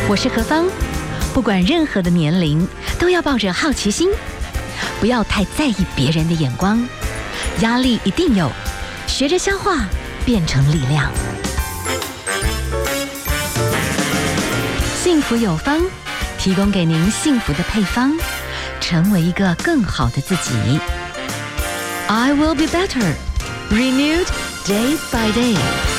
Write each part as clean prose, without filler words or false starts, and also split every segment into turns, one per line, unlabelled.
我是何芳，不管任何的年龄，都要抱着好奇心，不要太在意别人的眼光，压力一定有，学着消化，变成力量。幸福有方，提供给您幸福的配方，成为一个更好的自己。I will be better, renewed day by day。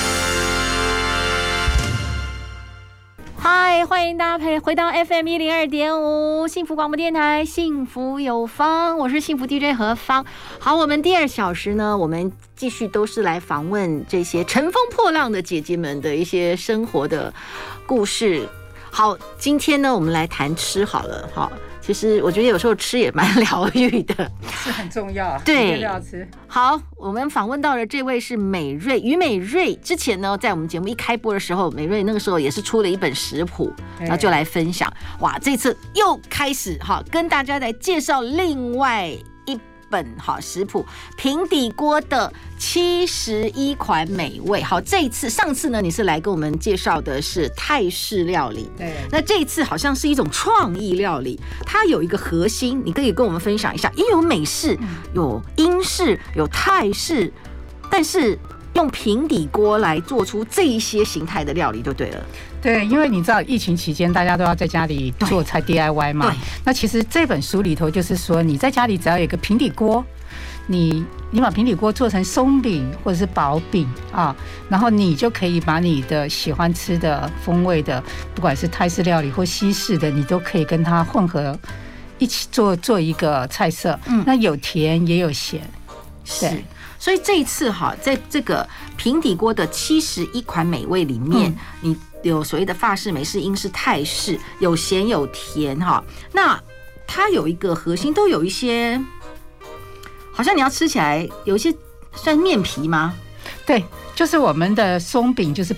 嗨，欢迎大家回到 FM102.5 幸福广播电台，幸福有方，我是幸福 DJ 何芳。好，我们第2小时呢，我们继续都是来访问这些乘风破浪的姐姐们的一些生活的故事。好，今天呢，我们来谈吃好了。好，其实我觉得有时候吃也蛮疗愈的，
是很重要。
对，
要吃。
好，我们访问到的这位是美瑞，于美瑞。之前呢，在我们节目一开播的时候，美瑞那个时候也是出了一本食谱，然后就来分享。哇，这次又开始哈，跟大家来介绍另外一本好食谱，平底锅的71款美味。好，这一次上次呢，你是来跟我们介绍的是泰式料理，
对，
那这一次好像是一种创意料理，它有一个核心，你可以跟我们分享一下，因为有美式、有英式、有泰式，但是用平底锅来做出这一些形态的料理就对了。
对，因为你知道疫情期间大家都要在家里做菜 DIY 嘛，那其实这本书里头就是说，你在家里只要有一个平底锅，你把平底锅做成松饼或者是薄饼啊，然后你就可以把你的喜欢吃的风味的，不管是泰式料理或西式的，你都可以跟它混合一起做一个菜色。那有甜也有咸，
是。所以这一次哈，在这个平底锅的71款美味里面，你有所谓的法式、美式、英式、泰式，有咸有甜哈。那它有一个核心，都有一些，好像你要吃起来有一些算面皮吗？
对，就是我们的松饼，就是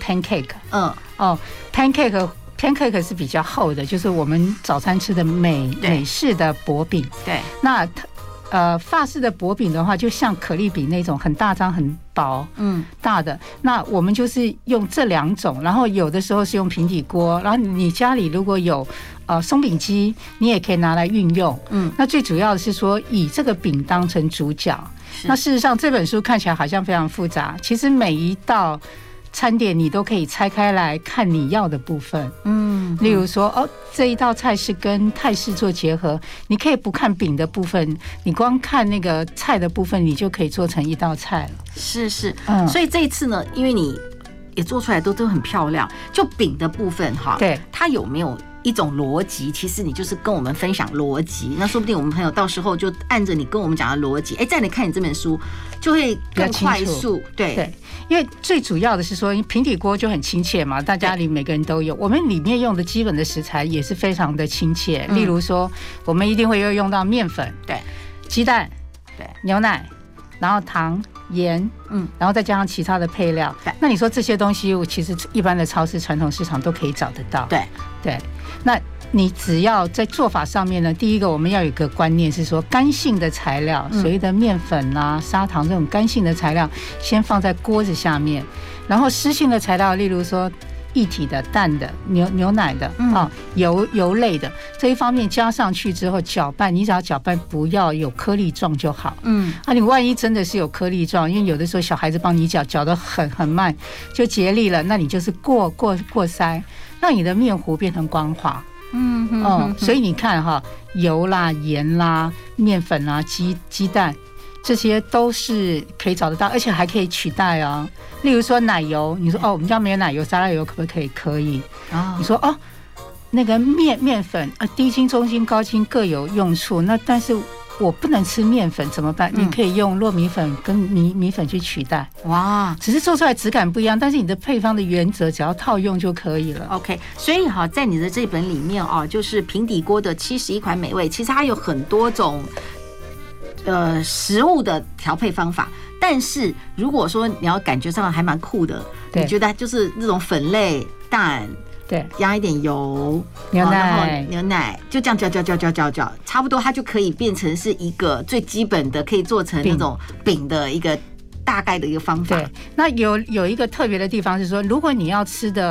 pancake。pancake 是比较厚的，就是我们早餐吃的美式的薄饼。对，那法式的薄饼的话，就像可丽饼那种很大张、很薄、大的。那我们就是用这2种，然后有的时候是用平底锅，然后你家里如果有松饼机，你也可以拿来运用。那最主要的是说，以这个饼当成主角。那事实上这本书看起来好像非常复杂，其实每一道餐点你都可以拆开来看你要的部分。例如说这一道菜是跟泰式做结合，你可以不看饼的部分，你光看那个菜的部分，你就可以做成一道菜了。是，所以这一次呢，因为你也做出来都很漂亮，就饼的部分哈，对，它有没有一种逻辑？其实你就是跟我们分享逻辑，那说不定我们朋友到时候就按着你跟我们讲的逻辑，再来看你这本书就会更快速。对，因为最主要的是说，平底锅就很亲切嘛，大家里每个人都有。我们里面用的基本的食材也是非常的亲切，例如说，我们一定会用到面粉，对，鸡蛋，对，牛奶，然后糖、盐，然后再加上其他的配料。那你说这些东西，其实一般的超市、传统市场都可以找得到。对，那你只要在做法上面呢，第一个我们要有一个观念是说，干性的材料，所谓的面粉啊、砂糖这种干性的材料，先放在锅子下面，然后湿性的材料，例如说液体的、蛋的、牛奶的油类的这一方面加上去之后搅拌，你只要搅拌不要有颗粒状就好。你万一真的是有颗粒状，因为有的时候小孩子帮你搅得很慢，就竭力了，那你就是过筛，让你的面糊变成光滑。所以你看哈，油啦、盐啦、面粉啦、鸡蛋，这些都是可以找得到，而且还可以取代啊。例如说奶油，你说我们家没有奶油，沙拉油可不可以？可以。你说那个面粉低筋、中筋、高筋各有用处，那但是我不能吃面粉怎么办？你可以用糯米粉跟米粉去取代。哇，只是做出来质感不一样，但是你的配方的原则只要套用就可以了。OK， 所以在你的这本里面就是平底锅的71款美味，其实它有很多种食物的调配方法。但是如果说你要感觉上还蛮酷的，你觉得就是那种粉类、蛋。对，压一点油，牛奶，就这样搅，差不多它就可以变成是一个最基本的，可以做成那种饼的一个大概的一个方法。对，那有一个特别的地方是说，如果你要吃的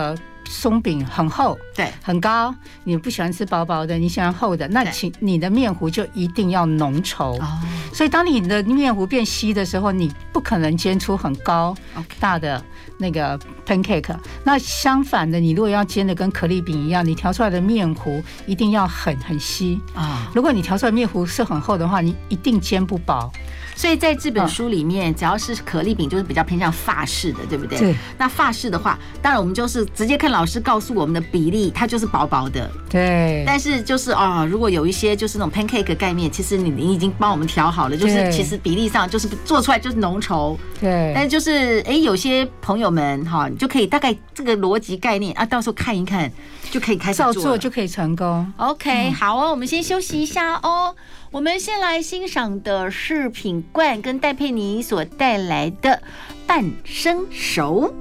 松饼很厚，
对，
很高，你不喜欢吃薄薄的，你喜欢厚的，那你的面糊就一定要浓稠。所以当你的面糊变稀的时候，你不可能煎出很高大的那个 pancake。那相反的，你如果要煎的跟可丽饼一样，你调出来的面糊一定要很稀啊。如果你调出来的面糊是很厚的话，你一定煎不薄。
所以在这本书里面，只要是可丽饼，就是比较偏向法式的，对不对？
对。
那法式的话，当然我们就是直接看老师告诉我们的比例，它就是薄薄的。
对。
但是就是如果有一些就是那种 pancake 概念，其实你已经帮我们调好了，就是其实比例上就是做出来就是浓稠。
对。
但是就是有些朋友们你就可以大概这个逻辑概念到时候看一看就可以开始
照做就可以成功。
OK， 好我们先休息一下我们先来欣赏的是品冠跟戴佩妮所带来的半生熟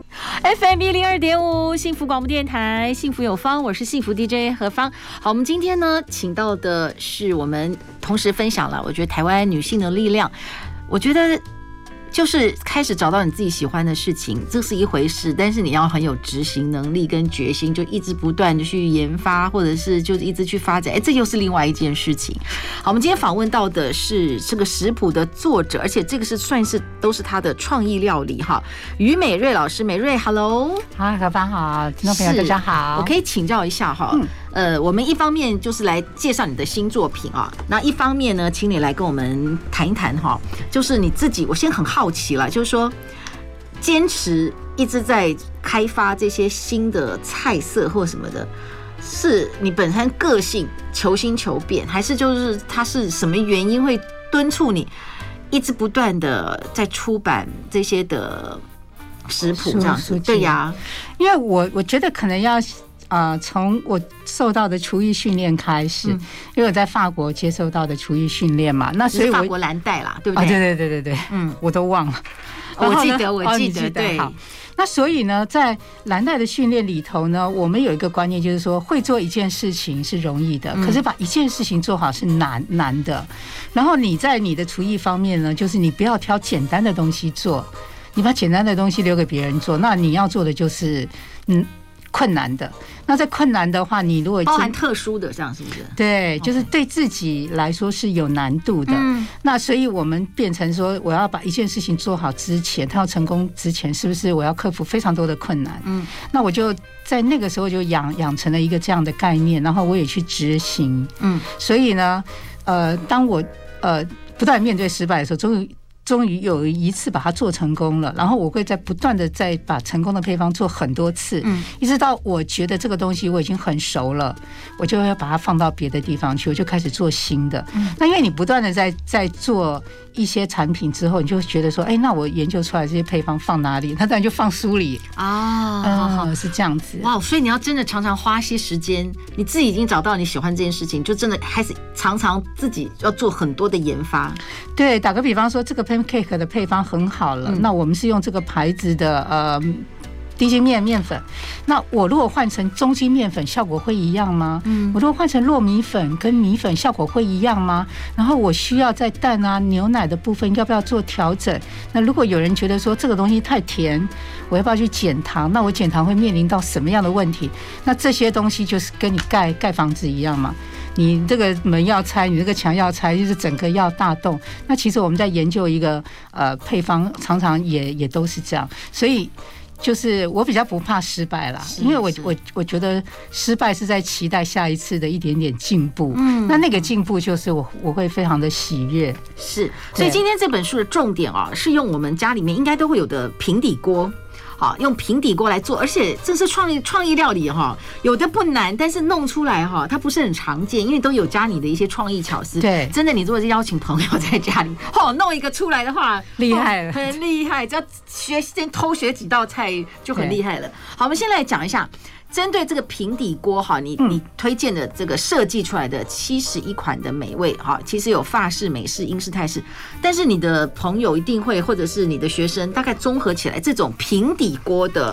FM102.5 幸福广播电台，幸福有方，我是幸福 DJ 何芳。好，我们今天呢请到的是我们同时分享了我觉得台湾女性的力量，我觉得就是开始找到你自己喜欢的事情，这是一回事，但是你要很有执行能力跟决心，就一直不断的去研发，或者是就一直去发展，这又是另外一件事情。好，我们今天访问到的是这个食谱的作者，而且这个是算是都是他的创意料理于美瑞老师。美瑞 ，Hello，
好，何芳好，听众朋友大家好。
我可以请教一下我们一方面就是来介绍你的新作品那一方面呢，请你来跟我们谈一谈就是你自己，我先很好奇了，就是说坚持一直在开发这些新的菜色或什么的，是你本身个性求新求变，还是就是它是什么原因会敦促你一直不断的在出版这些的食谱这样子？对呀，
因为我觉得可能要从我受到的厨艺训练开始，因为我在法国接受到的厨艺训练嘛，那所以
法国蓝带啦，对不对？
对，我都忘了，
我记得，对。
好，那所以呢，在蓝带的训练里头呢，我们有一个观念，就是说会做一件事情是容易的，可是把一件事情做好是难的。然后你在你的厨艺方面呢，就是你不要挑简单的东西做，你把简单的东西留给别人做，那你要做的就是困难的。那在困难的话，你如果
包含特殊的，这样是不是？
对，就是对自己来说是有难度的。那所以我们变成说，我要把一件事情做好之前，它要成功之前，是不是我要克服非常多的困难？那我就在那个时候就养成了一个这样的概念，然后我也去执行。所以呢，当我不断面对失败的时候，终于有一次把它做成功了，然后我会在不断的再把成功的配方做很多次，一直到我觉得这个东西我已经很熟了，我就要把它放到别的地方去，我就开始做新的。那因为你不断的在做一些产品之后，你就会觉得说，那我研究出来这些配方放哪里？那当然就放书里是这样子。
哇，所以你要真的常常花些时间，你自己已经找到你喜欢这件事情，就真的还是常常自己要做很多的研发。
对，打个比方说，这个 pancake 的配方很好了，那我们是用这个牌子的低筋面粉，那我如果换成中筋面粉，效果会一样吗？我如果换成糯米粉跟米粉，效果会一样吗？然后我需要在蛋牛奶的部分要不要做调整？那如果有人觉得说这个东西太甜，我要不要去减糖？那我减糖会面临到什么样的问题？那这些东西就是跟你盖房子一样嘛。你这个门要拆，你这个墙要拆，就是整个要大动。那其实我们在研究一个配方，常常也都是这样，所以就是我比较不怕失败啦，因为我觉得失败是在期待下一次的一点点进步。那个进步就是我会非常的喜悦。是，
所以今天这本书的重点是用我们家里面应该都会有的平底锅。用平底锅来做，而且这是创意料理有的不难，但是弄出来它不是很常见，因为都有加你的一些创意巧思。
对，
真的，你如果是邀请朋友在家里弄一个出来的话，
厉害了，
很厉害，只要先偷学几道菜就很厉害了。好，我们先来讲一下。针对这个平底锅你推荐的这个设计出来的71款的美味其实有法式、美式、英式、泰式，但是你的朋友一定会，或者是你的学生大概综合起来，这种平底锅的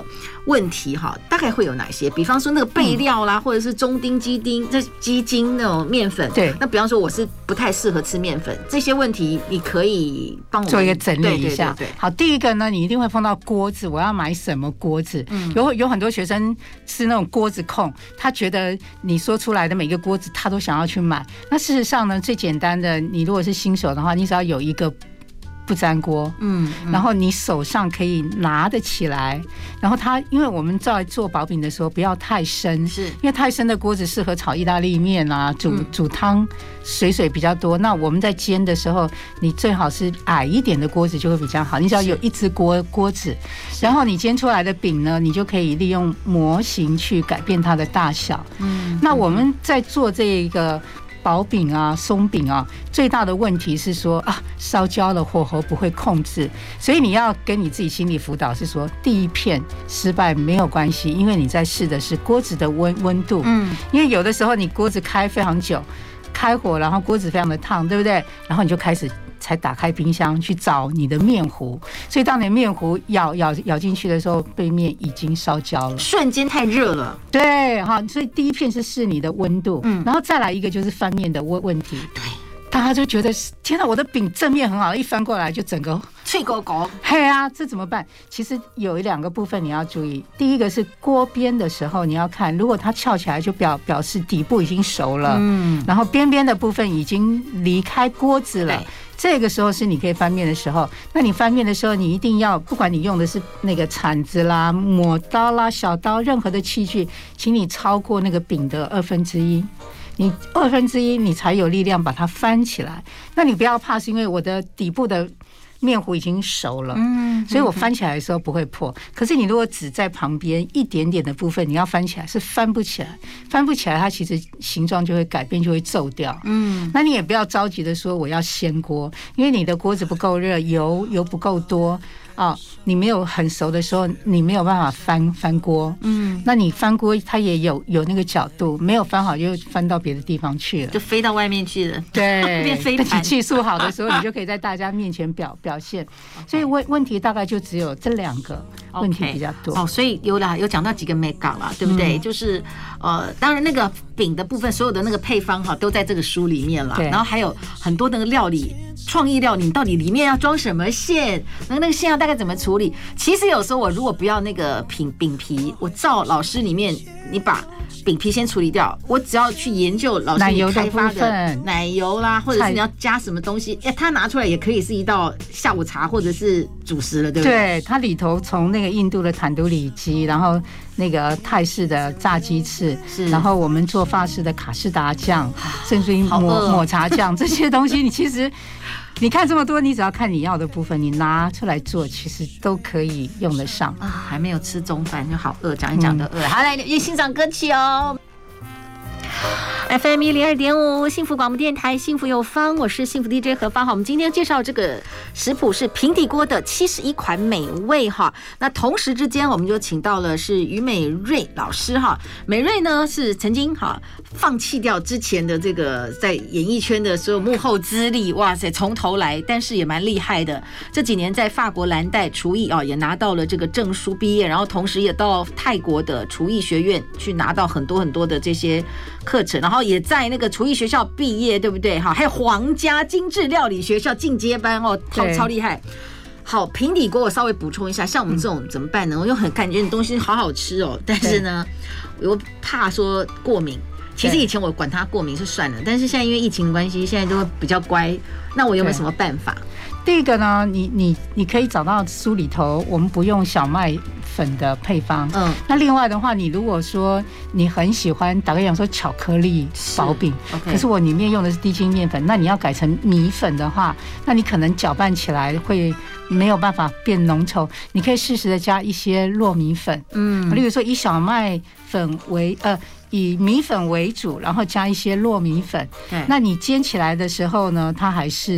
问题哈，大概会有哪些？比方说那个备料啦，或者是中丁、鸡丁、鸡精那种面粉。
对。
那比方说我是不太适合吃面粉，这些问题你可以帮我
做一个整理一下。
对。
好，第一个呢，你一定会碰到锅子，我要买什么锅子？有很多学生是那种锅子控，他觉得你说出来的每个锅子他都想要去买。那事实上呢，最简单的，你如果是新手的话，你只要有一个不粘锅，然后你手上可以拿得起来，然后它，因为我们在做薄饼的时候不要太深，是因为太深的锅子适合炒意大利面啊，煮汤水比较多。那我们在煎的时候，你最好是矮一点的锅子就会比较好。你只要有一只锅子，然后你煎出来的饼呢，你就可以利用模型去改变它的大小。那我们在做这个薄饼啊、松饼啊，最大的问题是说烧焦了，火候不会控制，所以你要跟你自己心理辅导，是说第一片失败没有关系，因为你在试的是锅子的温度。因为有的时候你锅子开非常久，开火然后锅子非常的烫，对不对？然后你就开始才打开冰箱去找你的面糊，所以当你的面糊咬进去的时候，背面已经烧焦了，
瞬间太热了。
对，好，所以第一片是试你的温度，然后再来一个就是翻面的问题。
对，
大家就觉得天哪，我的饼正面很好，一翻过来就整个
脆狗狗。
嘿啊，这怎么办？其实有2个部分你要注意，第一个是锅边的时候你要看，如果它翘起来就表示底部已经熟了，然后边边的部分已经离开锅子了。这个时候是你可以翻面的时候，那你翻面的时候，你一定要，不管你用的是那个铲子啦、抹刀啦、小刀，任何的器具，请你超过那个饼的1/2，你1/2你才有力量把它翻起来。那你不要怕，是因为我的底部的面糊已经熟了，所以我翻起来的时候不会破。可是你如果只在旁边一点点的部分，你要翻起来是翻不起来，它其实形状就会改变，就会皱掉。那你也不要着急的说我要掀锅，因为你的锅子不够热，油不够多。你没有很熟的时候，你没有办法翻锅。那你翻锅它也有那个角度，没有翻好就翻到别的地方去了，
就飞到外面去了。
对，
变飞盘。
等你技术好的时候，你就可以在大家面前表现。所以问题大概就只有这2个问题比较多。
所以有讲到几个美感啦，对不对？就是当然那个饼的部分，所有的那个配方都在这个书里面了。然后还有很多那个料理。创意料理，你到底里面要装什么馅？那个馅要大概怎么处理？其实有时候我如果不要那个饼皮，我照老师里面，你把饼皮先处理掉，我只要去研究老师你开发的奶油啦，或者是你要加什么东西，它拿出来也可以是一道下午茶或者是主食了，对不对？
对，它里头从那个印度的坦都里鸡，然后那个泰式的炸鸡翅，然后我们做法式的卡士达酱，甚至于抹茶酱这些东西，你其实。你看这么多，你只要看你要的部分，你拿出来做，其实都可以用得上。
还没有吃中饭就好饿，讲一讲的饿。好，来欣赏歌曲哦。FM 102.5幸福广播电台，幸福有方，我是幸福 DJ 何芳。好，我们今天介绍这个食谱是平底锅的71款美味哈。那同时之间，我们就请到了是于美瑞老师哈。美瑞呢是曾经放弃掉之前的这个在演艺圈的所有幕后资历，哇塞，从头来，但是也蛮厉害的。这几年在法国蓝带厨艺也拿到了这个证书毕业，然后同时也到泰国的厨艺学院去拿到很多很多的这些课程，然后也在那个厨艺学校毕业，对不对？还有皇家精致料理学校进阶班超厉害。好，平底锅我稍微补充一下，像我们这种怎么办呢？我又很感觉你东西好好吃但是呢，我又怕说过敏。其实以前我管它过敏是算了，但是现在因为疫情关系，现在都比较乖。那我有没有什么办法？
第一个呢，你可以找到书里头，我们不用小麦粉的配方。那另外的话，你如果说你很喜欢，打个比方说巧克力薄饼，可是我里面用的是低筋面粉，那你要改成米粉的话，那你可能搅拌起来会没有办法变浓稠。你可以适时的加一些糯米粉，例如说以小麦粉以米粉为主，然后加一些糯米粉。那你煎起来的时候呢，它还是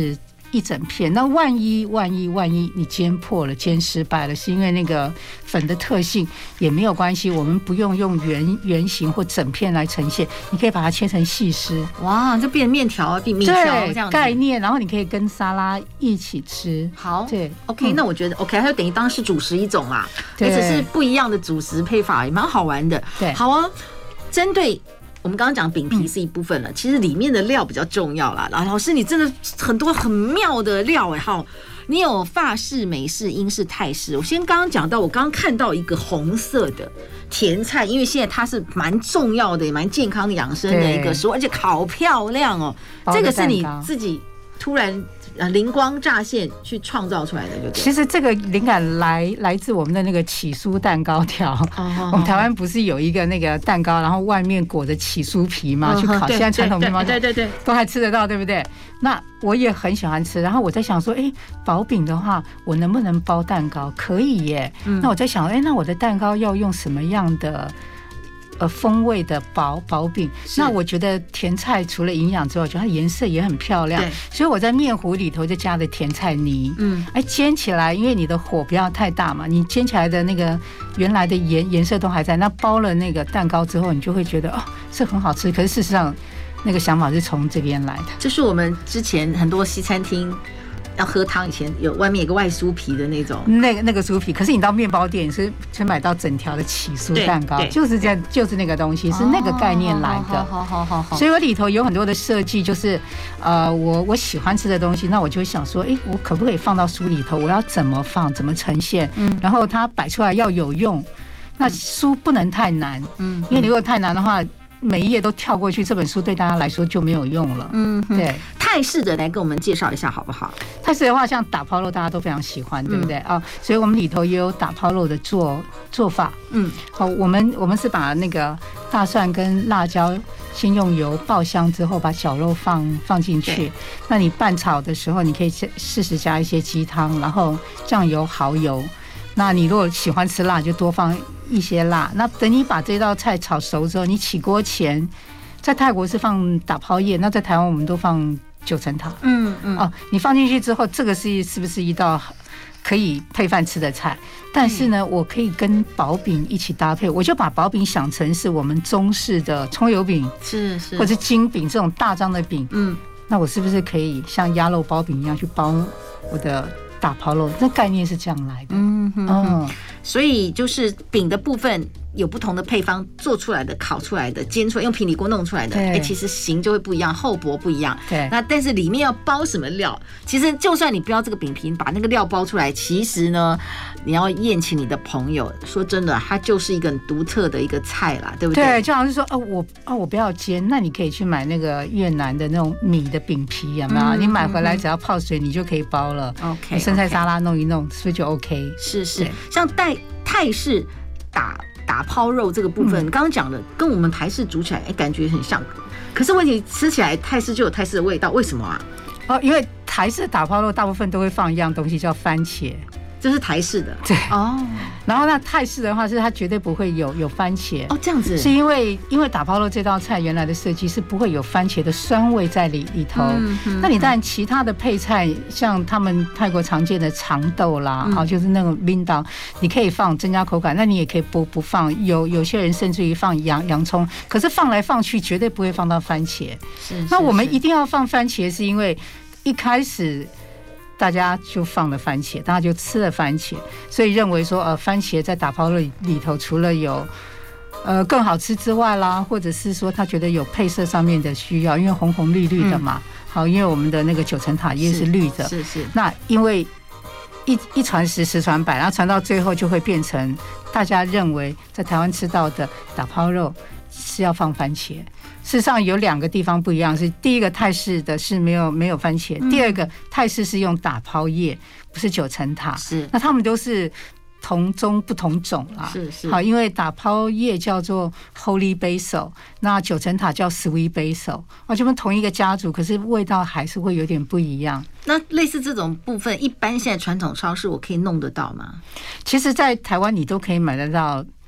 一整片。那万一你煎破了、煎失败了，是因为那个粉的特性也没有关系，我们不用圆形或整片来呈现，你可以把它切成细丝。
哇，就变面条、米条这样子
概念，然后你可以跟沙拉一起吃。
好，
对
，OK，那我觉得 OK， 它就等于当是主食一种啦，只是不一样的主食配法，也蛮好玩的。
对，
好啊，针对。我们刚刚讲饼皮是一部分了，其实里面的料比较重要啦。老师，你真的很多很妙的料好，你有法式、美式、英式、泰式。我先刚刚讲到，我刚刚看到一个红色的甜菜，因为现在它是蛮重要的，也蛮健康养生的一个食物，而且好漂亮哦。这个是你自己突然灵光乍现去创造出来的，对。
其实这个灵感来自我们的那个起酥蛋糕条。我们台湾不是有一个那个蛋糕，然后外面裹着起酥皮吗？去烤，现在传统面包店对都还吃得到，对不对？那我也很喜欢吃。然后我在想说，薄饼的话，我能不能包蛋糕？可以耶。那我在想，那我的蛋糕要用什么样的风味的薄饼？那我觉得甜菜除了营养之外，我觉得它颜色也很漂亮，所以我在面糊里头就加了甜菜泥。煎起来，因为你的火不要太大嘛，你煎起来的那个原来的颜色都还在。那包了那个蛋糕之后，你就会觉得是很好吃。可是事实上，那个想法是从这边来的。
这是我们之前很多西餐厅要喝汤以前有外面有个外酥皮的那种，
那个酥皮，可是你到面包店是买到整条的起酥蛋糕，就是这样，就是那个东西是那个概念来的。好，所以我里头有很多的设计，就是我喜欢吃的东西，那我就会想说，我可不可以放到书里头？我要怎么放，怎么呈现？然后它摆出来要有用。那书不能太难，因为如果太难的话，每一页都跳过去，这本书对大家来说就没有用了。对。
泰式的来跟我们介绍一下好不好？
泰式的话，像打抛肉，大家都非常喜欢，对不对？所以我们里头也有打抛肉的做法。好，我们是把那个大蒜跟辣椒先用油爆香之后，把绞肉放进去。那你拌炒的时候，你可以适时加一些鸡汤，然后酱油、蚝油。那你如果喜欢吃辣，就多放一些辣。那等你把这道菜炒熟之后，你起锅前，在泰国是放打抛叶，那在台湾我们都放九层塔。你放进去之后，这个是不是一道可以配饭吃的菜？但是呢，我可以跟薄饼一起搭配，我就把薄饼想成是我们中式的葱油饼，
是，
或者金饼这种大张的饼。那我是不是可以像鸭肉包饼一样去包我的打抛肉？这概念是这样来的。
所以就是饼的部分有不同的配方做出来的、烤出来的、煎出来、用平底锅弄出来的，其实形就会不一样，厚薄不一样。
对，
那但是里面要包什么料，其实就算你不要这个饼皮，把那个料包出来，其实呢，你要宴请你的朋友，说真的，它就是一个很独特的一个菜啦，对不对？
对，就好像是说，我不要煎，那你可以去买那个越南的那种米的饼皮，有没有？你买回来只要泡水，你就可以包了。
OK，
你生菜沙拉弄一弄，是不是就 OK？
是，像泰式打抛肉这个部分，刚刚讲的跟我们台式煮起来，感觉很像。可是问题吃起来泰式就有泰式的味道，为什么啊？
因为台式打抛肉大部分都会放一样东西，叫番茄。
这是台式的，
对然后那泰式的话是它绝对不会有番茄
这样子，
是因为打抛肉这道菜原来的设计是不会有番茄的酸味在里头。那你当然其他的配菜，像他们泰国常见的长豆啦，就是那种冰刀，你可以放增加口感，那你也可以不放。有些人甚至于放洋葱，可是放来放去绝对不会放到番茄。那我们一定要放番茄，是因为一开始大家就放了番茄，大家就吃了番茄，所以认为说番茄在打抛肉里头除了有更好吃之外啦，或者是说他觉得有配色上面的需要，因为红红绿绿的嘛。好，因为我们的那个九层塔叶是绿的，
是。
那因为一传十，十传百，然后传到最后就会变成大家认为在台湾吃到的打抛肉是要放番茄。事实上有两个地方不一样，是第一个泰式的是没有番茄，第二个泰式是用打抛叶，不是九层塔。
是，那
他们都是同宗不同种啦。
是。
好，因为打抛叶叫做 Holy Basil， 那九层塔叫 Sweet Basil， 就跟同一个家族，可是味道还是会有点不一样。
那类似这种部分，一般现在传统超市我可以弄得到吗？
其实在台湾你都可以买得到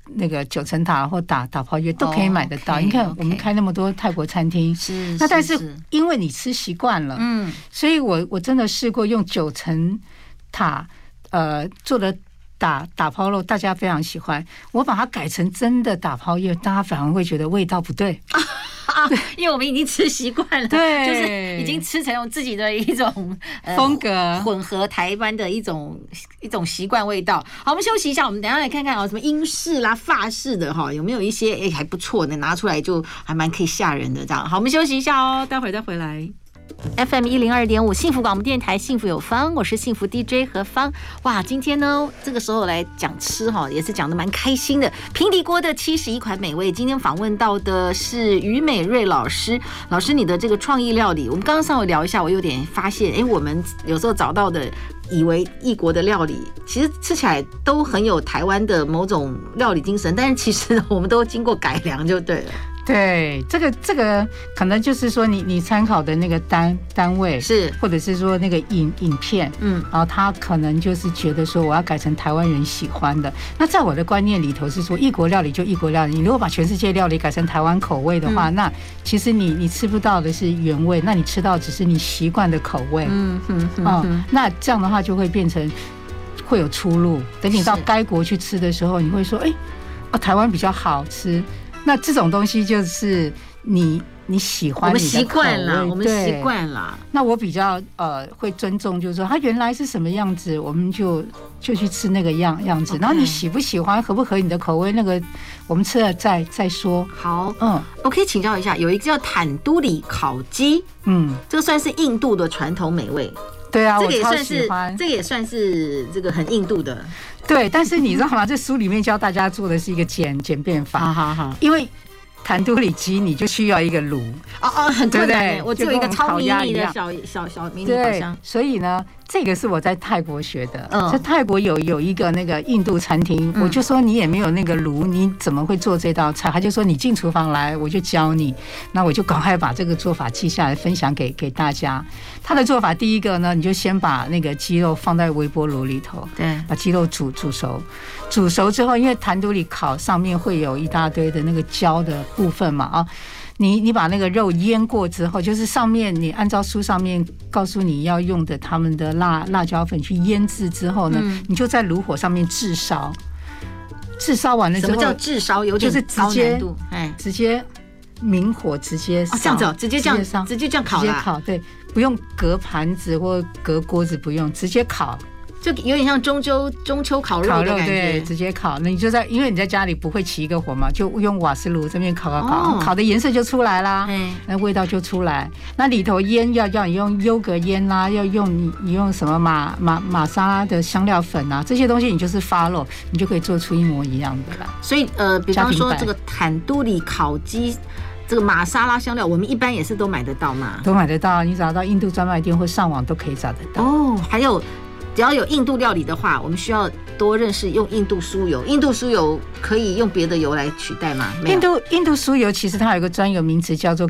那个九层塔或打抛叶都可以买得到。你看我们开那么多泰国餐厅，那但是因为你吃习惯了，所以我真的试过用九层塔做的打抛肉，大家非常喜欢。我把它改成真的打抛叶，大家反而会觉得味道不对。
因为我们已经吃习惯了，
对，
就是已经吃成用自己的一种
风格，
混合台湾的一种习惯味道。好，我们休息一下，我们等一下来看看什么英式啦、法式的有没有一些还不错的，拿出来就还蛮可以吓人的这样。好，我们休息一下哦，待会儿再回来。FM 102.5幸福广播电台，幸福有方，我是幸福 DJ 何芳。哇，今天呢这个时候来讲吃也是讲得蛮开心的。平底锅的71款美味，今天访问到的是于美瑞老师。老师，你的这个创意料理，我们刚刚稍微聊一下，我有点发现，我们有时候找到的以为异国的料理，其实吃起来都很有台湾的某种料理精神，但是其实我们都经过改良就对了。
对，这个可能就是说你参考的那个单位
是，
或者是说那个影片，然后他可能就是觉得说我要改成台湾人喜欢的。那在我的观念里头是说，异国料理就异国料理，你如果把全世界料理改成台湾口味的话，那其实你吃不到的是原味，那你吃到只是你习惯的口味。那这样的话就会变成会有出入。等你到该国去吃的时候，你会说，台湾比较好吃。那这种东西就是你喜欢，
我们习惯了，我们习惯了。
那我比较会尊重，就是说它原来是什么样子，我们就去吃那个样子。然后你喜不喜欢，合不合你的口味，那个我们吃了再说。
好，我可以请教一下，有一个叫坦都里烤鸡，这个算是印度的传统美味。
对啊，
这个也算
是，
这个也算是这个很印度的。
对，但是你知道吗？这书里面教大家做的是一个简便法，因为坦都里鸡你就需要一一个炉，
很困难，我只有一个超迷你的小迷你烤箱，
所以呢，这个是我在泰国学的。在泰国有一个那个印度餐厅，我就说你也没有那个炉，你怎么会做这道菜？他就说你进厨房来，我就教你。那我就赶快把这个做法记下来，分享给大家。他的做法，第一个呢，你就先把那个鸡肉放在微波炉里头，对，把鸡肉煮熟。煮熟之后，因为坦都里烤上面会有一大堆的那个焦的部分嘛，你把那个肉腌过之后，就是上面你按照书上面告诉你要用的他们的辣椒粉去腌制之后呢，你就在炉火上面炙烧。炙烧完了之后，
什么叫炙烧？有点高难度，
直接明火直接烧，
这样子直接这样烤，
直接烤，对，不用隔盘子或隔锅子，不用，直接烤。
就有点像中秋烤肉的感觉，
对，直接烤。那你就因为你在家里不会起一个火嘛，就用瓦斯炉这边烤，烤的颜色就出来啦，那味道就出来。那里头腌要你用优格腌啦，要用你用什么玛莎拉的香料粉啊，这些东西你就是 follow， 你就可以做出一模一样的啦。
所以比方说这个坦都里烤鸡。这个玛莎拉香料，我们一般也是都买得到嘛？
都买得到，你找到印度专卖店或上网都可以找得到。
还有，只要有印度料理的话，我们需要多认识用印度酥油。印度酥油可以用别的油来取代吗？
印度酥油其实它有一个专有名词叫做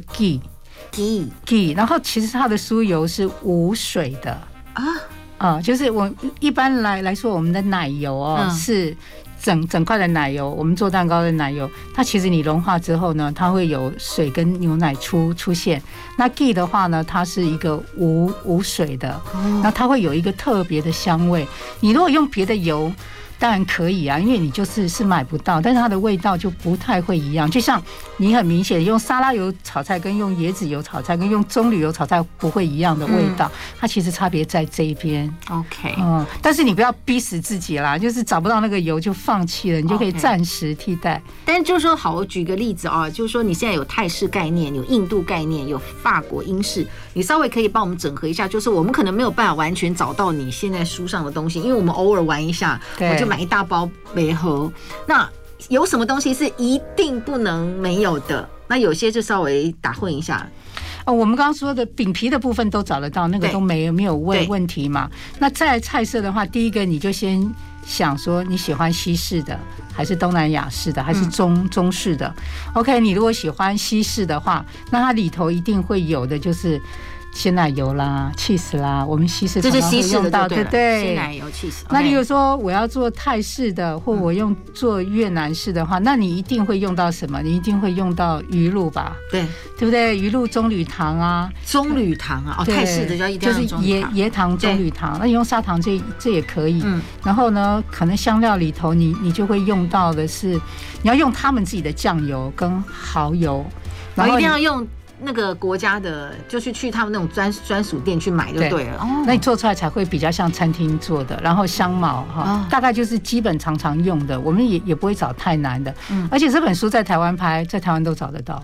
ghee， 然后其实它的酥油是无水的就是我一般来说，我们的奶油是。整块的奶油，我们做蛋糕的奶油，它其实你融化之后呢，它会有水跟牛奶出现。那 ghee 的话呢，它是一个无水的，那它会有一个特别的香味。你如果用别的油，当然可以啊，因为你是买不到，但是它的味道就不太会一样。就像你很明显用沙拉油炒菜跟用椰子油炒菜跟用棕榈油炒菜不会一样的味道，它其实差别在这一边。
OK，
但是你不要逼死自己啦，就是找不到那个油就放弃了，你就可以暂时替代。
但是就是说，好，我举个例子就是说你现在有泰式概念，有印度概念，有法国英式，你稍微可以帮我们整合一下，就是我们可能没有办法完全找到你现在书上的东西，因为我们偶尔玩一下，我就买一大包梅盒。那有什么东西是一定不能没有的？那有些就稍微打混一下。
我们刚刚说的饼皮的部分都找得到，那个都没有问题嘛。那在菜色的话，第一个你就先想说你喜欢西式的还是东南亚式的还是中式的。OK， 你如果喜欢西式的话，那它里头一定会有的就是鲜奶油啦、cheese 啦，我们西式常常会用到，
对对，鲜奶油、cheese。
那例如说我要做泰式的，或我用做越南式的话，那你一定会用到什么？你一定会用到鱼露吧？
对，
对不对？鱼露、棕榈糖啊，
棕榈糖啊，泰式的就是
椰糖、棕榈糖。那你用砂糖这也可以。然后呢，可能香料里头你就会用到的是，你要用他们自己的酱油跟蚝油，
然后一定要用那个国家的，就是去他们那种专属店去买就对了。
那你做出来才会比较像餐厅做的。然后香茅哈，大概就是基本常用的，我们也不会找太难的。而且这本书在台湾拍，在台湾都找得到。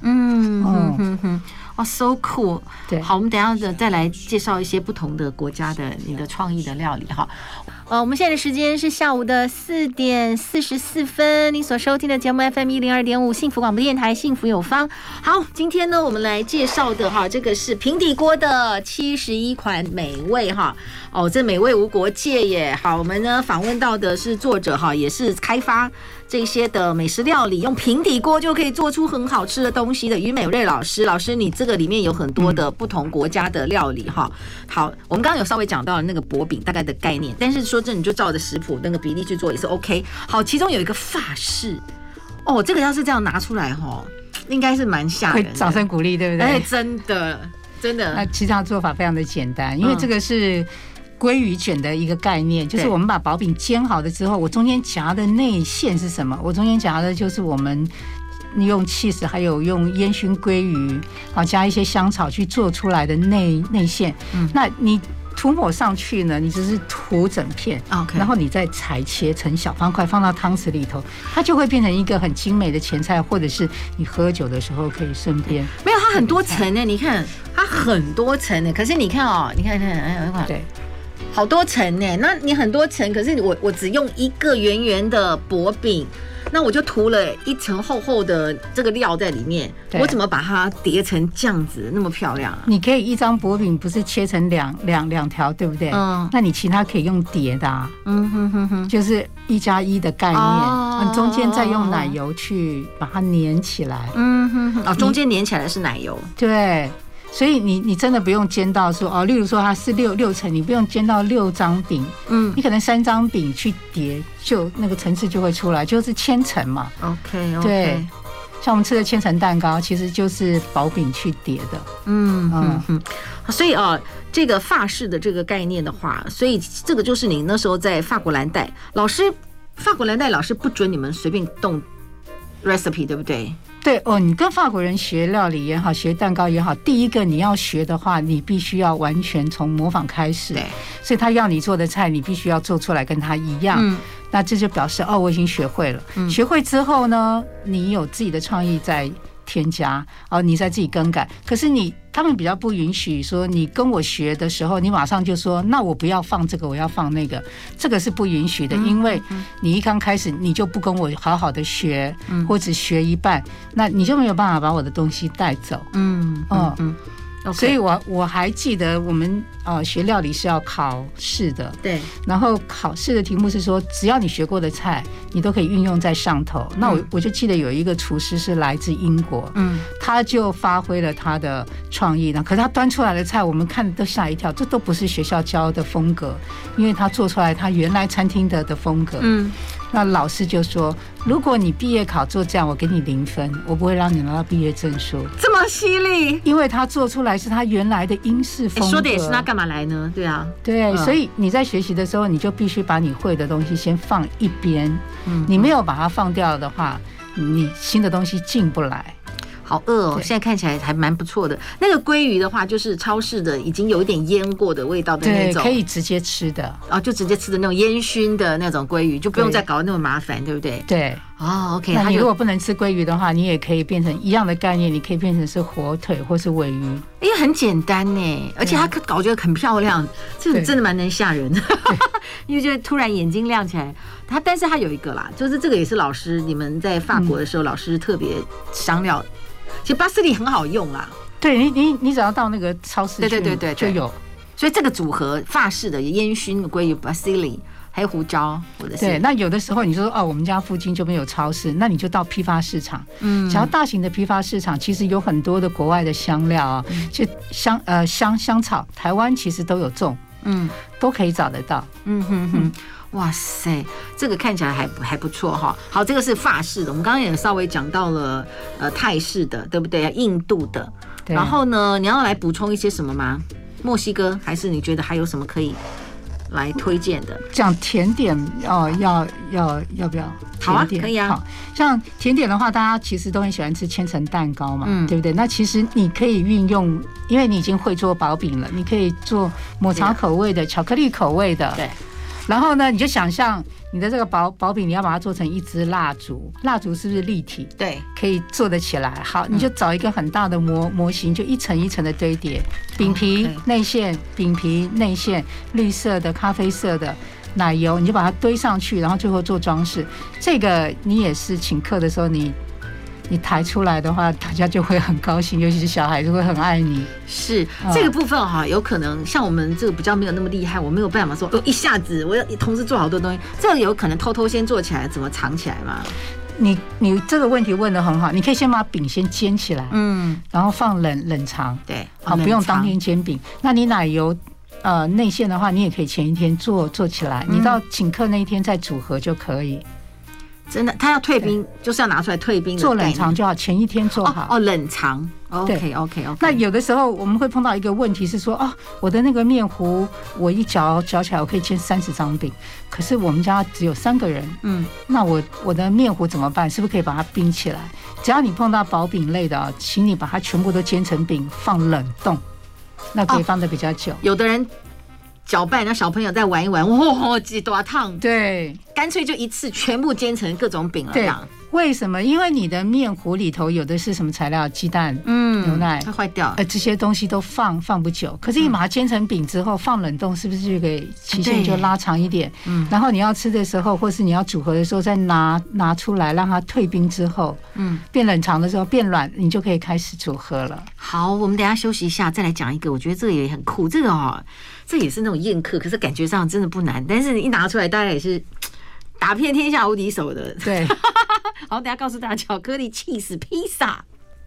So cool。
对，
好，我们等一下再来介绍一些不同的国家的你的创意的料理哈。我们现在的时间是下午的4点44分，你所收听的节目 FM 102.5幸福广播电台，幸福有方。好，今天呢我们来介绍的哈，这个是平底锅的71款美味哈。这美味无国界耶。好，我们呢访问到的是作者哈，也是开发这些的美食料理，用平底锅就可以做出很好吃的东西的于美瑞老师。老师，你这个里面有很多的不同国家的料理哈。好，我们刚刚有稍微讲到了那个薄饼大概的概念，但是说真的，你就照着食谱那个比例去做也是 OK。好，其中有一个法式，这个要是这样拿出来哈，应该是蛮吓人的，
会掌声鼓励，对不对？
真的。那
其实它做法非常的简单，因为这个是鲑鱼卷的一个概念，就是我们把薄饼煎好了之后，我中间夹的内馅是什么？我中间夹的就是我们用 cheese 还有用烟熏鲑鱼，加一些香草去做出来的内馅。那你涂抹上去呢，你只是涂整片，然后你再裁切成小方块，放到汤匙里头，它就会变成一个很精美的前菜，或者是你喝酒的时候可以顺便。
没有，它很多层呢，你看它很多层呢，可是你看你看，对，好多层呢。那你很多层，可是我只用一个圆圆的薄饼。那我就涂了一层厚厚的这个料在里面，我怎么把它叠成这样子那么漂亮啊？
你可以一张薄饼不是切成两条，对不对？那你其他可以用叠的就是1+1的概念，中间再用奶油去把它粘起来。
中间粘起来是奶油，
对。所以你真的不用煎到说例如说它是六层，你不用煎到6张饼，你可能3张饼去叠，就那个层次就会出来，就是千层嘛。
OK，
对，像我们吃的千层蛋糕，其实就是薄饼去叠的。
所以这个法式的这个概念的话，所以这个就是你那时候在法国蓝带老师，法国蓝带老师不准你们随便动 recipe， 对不对？
对你跟法国人学料理也好，学蛋糕也好，第一个你要学的话，你必须要完全从模仿开始。对，所以他要你做的菜，你必须要做出来跟他一样。那这就表示我已经学会了。学会之后呢，你有自己的创意在添加，你再自己更改。可是他们比较不允许说，你跟我学的时候，你马上就说，那我不要放这个，我要放那个，这个是不允许的，因为你一刚开始你就不跟我好好的学，或者学一半，那你就没有办法把我的东西带走。所以我还记得我们学料理是要考试的，
对。
然后考试的题目是说，只要你学过的菜，你都可以运用在上头。那我就记得有一个厨师是来自英国，他就发挥了他的创意呢。可是他端出来的菜，我们看都吓一跳，这都不是学校教的风格，因为他做出来他原来餐厅的风格。那老师就说，如果你毕业考做这样，我给你0分，我不会让你拿到毕业证书。
这么犀利？因
为他做出来是他原来的英式风格。
说的也是，他干嘛来呢？对啊，
对，所以你在学习的时候，你就必须把你会的东西先放一边。你没有把它放掉的话，你新的东西进不来。
好饿现在看起来还蛮不错的。那个鲑鱼的话，就是超市的已经有一点腌过的味道的那种，
对，可以直接吃的
就直接吃的那种烟熏的那种鲑鱼，就不用再搞那么麻烦，对不对？
对。
OK，
那你如果不能吃鲑鱼的话，你也可以变成一样的概念，你可以变成是火腿或是尾鱼，
因为很简单呢，而且它搞觉得很漂亮，这个真的蛮能吓人的，因为就突然眼睛亮起来。但是它有一个啦，就是这个也是老师你们在法国的时候，老师特别香料。其实巴斯利很好用啦，
对你只要到那个超市去，对就有。
所以这个组合法式的烟熏鲑鱼巴斯利黑胡椒，或者是
对。那有的时候你说我们家附近就没有超市，那你就到批发市场。只要大型的批发市场，其实有很多的国外的香料啊，就香草，台湾其实都有种，都可以找得到。
哇塞，这个看起来还不错哈。好，这个是法式的，我们刚刚也稍微讲到了泰式的，对不对？印度的，然后呢，你要来补充一些什么吗？墨西哥，还是你觉得还有什么可以来推荐的？
讲甜点要不要？
好啊，可以啊。
好，像甜点的话，大家其实都很喜欢吃千层蛋糕嘛，对不对？那其实你可以运用，因为你已经会做薄饼了，你可以做抹茶口味的、巧克力口味的。对。然后呢，你就想象你的这个薄饼，你要把它做成一支蜡烛，蜡烛是不是立体？对，可以做得起来。好，你就找一个很大的模型，就一层一层的堆叠，饼皮内馅，饼皮内馅，绿色的、咖啡色的奶油，你就把它堆上去，然后最后做装饰。这个你也是请客的时候你抬出来的话，大家就会很高兴，尤其是小孩就会很爱你。是
这个部分哈，有可能像我们这个比较没有那么厉害，我没有办法说一下子我要同时做好多东西，这个有可能偷偷先做起来，怎么藏起来嘛？
你这个问题问得很好，你可以先把饼先煎起来，然后放冷藏，对，好，不用当天煎饼。那你奶油内馅的话，你也可以前一天做起来，你到请客那一天再组合就可以。
真的，他要退冰，就是要拿出来退冰的，
做冷藏就好，前一天做好。
冷藏。OK。
那有的时候我们会碰到一个问题是说，我的那个面糊，我一搅起来，我可以煎30张饼，可是我们家只有3个人，那我的面糊怎么办？是不是可以把它冰起来？只要你碰到薄饼类的，请你把它全部都煎成饼，放冷冻，那可以放得比较久。
有的人搅拌，让小朋友再玩一玩，哇，几多烫！
对，
干脆就一次全部煎成各种饼了。对，
为什么？因为你的面糊里头有的是什么材料？鸡蛋、牛奶，
它坏掉。
这些东西都放不久。可是你把它煎成饼之后，放冷冻，是不是就可以期限就拉长一点？然后你要吃的时候，或是你要组合的时候，再拿出来，让它退冰之后，变冷藏的时候变软，你就可以开始组合了。
好，我们等一下休息一下，再来讲一个，我觉得这个也很酷。这也是那种宴客，可是感觉上真的不难，但是你一拿出来，大家也是打遍天下无敌手的。对，好，等一下告诉大家，巧克力 cheese 披萨。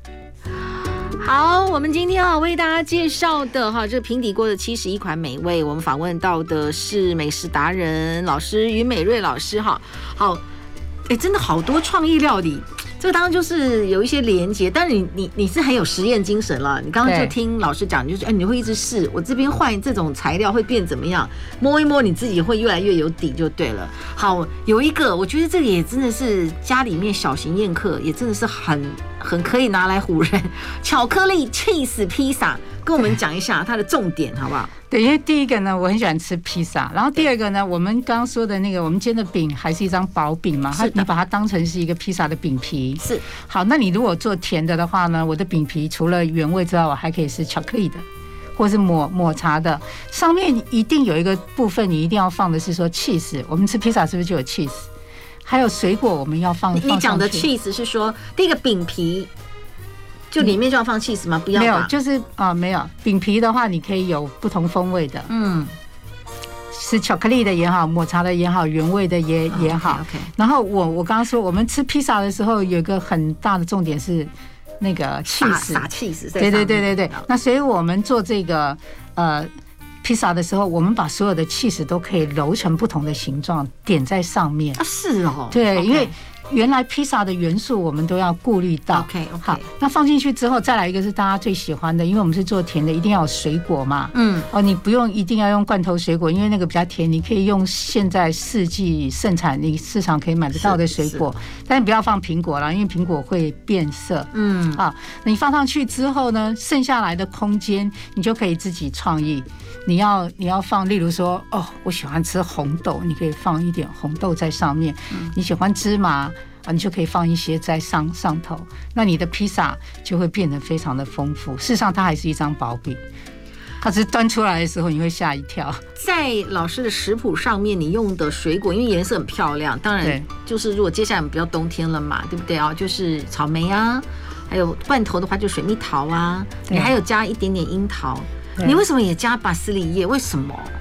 好，我们今天要为大家介绍的这个平底锅的71款美味，我们访问到的是美食达人老师于美瑞老师哈。好，真的好多创意料理。这个当然就是有一些连结，但是你是很有实验精神了。你刚刚就听老师讲，就是你会一直试，我这边换这种材料会变怎么样，摸一摸你自己会越来越有底就对了。好，有一个我觉得这个也真的是家里面小型宴客也真的是很可以拿来唬人，巧克力 cheese 披萨，跟我们讲一下它的重点好不好？
对，因为第一个呢，我很喜欢吃披萨，然后第二个呢，我们刚刚说的那个，我们煎的饼还是一张薄饼嘛，你把它当成是一个披萨的饼皮。是。好，那你如果做甜的话呢，我的饼皮除了原味之外，我还可以是巧克力的，或是抹茶的，上面一定有一个部分你一定要放的是说 cheese， 我们吃披萨是不是就有 cheese？ 还有水果我们要放。
你讲的 cheese 是说第一个饼皮。就里面就要放 cheese 吗？不要吧？
没有，就是没有饼皮的话，你可以有不同风味的，是巧克力的也好，抹茶的也好，原味的也好。OK。然后我刚刚说，我们吃披萨的时候有一个很大的重点是那个 cheese，
撒 cheese。
对。那所以我们做这个披萨的时候，我们把所有的 cheese 都可以揉成不同的形状，点在上面。
是哦。
对，因为原来披萨的元素我们都要顾虑到。
OK。
好，那放进去之后，再来一个是大家最喜欢的，因为我们是做甜的，一定要有水果嘛。你不用一定要用罐头水果，因为那个比较甜，你可以用现在四季盛产你市场可以买得到的水果，但是不要放苹果啦，因为苹果会变色。好，你放上去之后呢，剩下来的空间你就可以自己创意。你要放，例如说，我喜欢吃红豆，你可以放一点红豆在上面。你喜欢芝麻你就可以放一些在上头。那你的披萨就会变得非常的丰富。事实上，它还是一张薄饼，它只是端出来的时候你会吓一跳。
在老师的食谱上面，你用的水果因为颜色很漂亮，当然就是如果接下来我们比较冬天了嘛，对不对就是草莓啊，还有罐头的话就水蜜桃啊，你还有加一点点樱桃。你为什么也加巴斯利叶？为什么？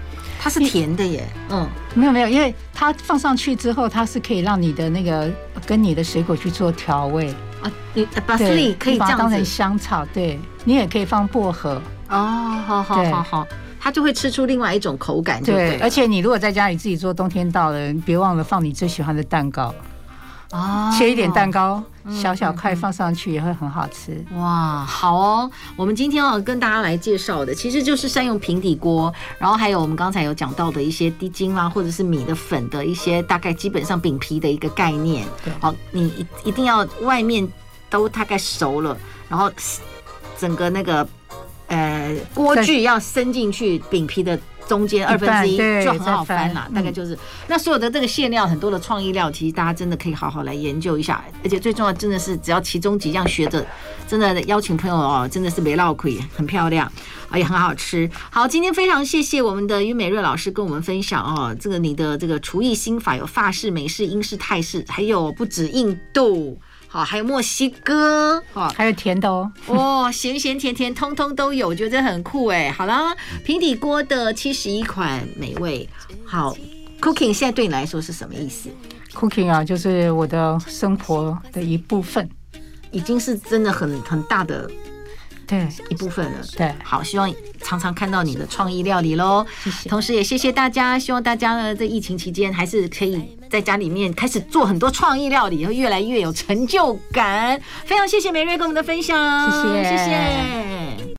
它是甜的耶。
没有，因为它放上去之后，它是可以让你的那个跟你的水果去做调味
啊。你parsley可以这样子
当成香草，对，你也可以放薄荷。
好，它就会吃出另外一种口感，对。
而且你如果在家里自己做，冬天到了，别忘了放你最喜欢的蛋糕。切一点蛋糕，小小块放上去也会很好吃。
哇，好哦！我们今天跟大家来介绍的，其实就是善用平底锅，然后还有我们刚才有讲到的一些低筋啦，或者是米的粉的一些大概基本上饼皮的一个概念。好，你一定要外面都大概熟了，然后整个那个锅具要伸进去饼皮的中间1/2就很好翻啦，大概就是那所有的这个馅料，很多的创意料，其实大家真的可以好好来研究一下。而且最重要真的是，只要其中几样学着，真的邀请朋友真的是没落亏，很漂亮，也很好吃。好，今天非常谢谢我们的于美瑞老师跟我们分享这个你的这个厨艺心法有法式、美式、英式、泰式，还有不止印度。好，还有墨西哥，
还有甜的
咸咸甜甜通通都有，我觉得很酷哎。好啦，平底锅的71款美味。好 ，cooking 现在对你来说是什么意思
？cooking 啊，就是我的生活的一部分，
已经是真的很大的。
对，
一部分了。
对，
好，希望常常看到你的创意料理喽。
谢谢。
同时也谢谢大家，希望大家呢在疫情期间还是可以在家里面开始做很多创意料理，会越来越有成就感。非常谢谢美瑞跟我们的分享，
谢谢，
谢谢。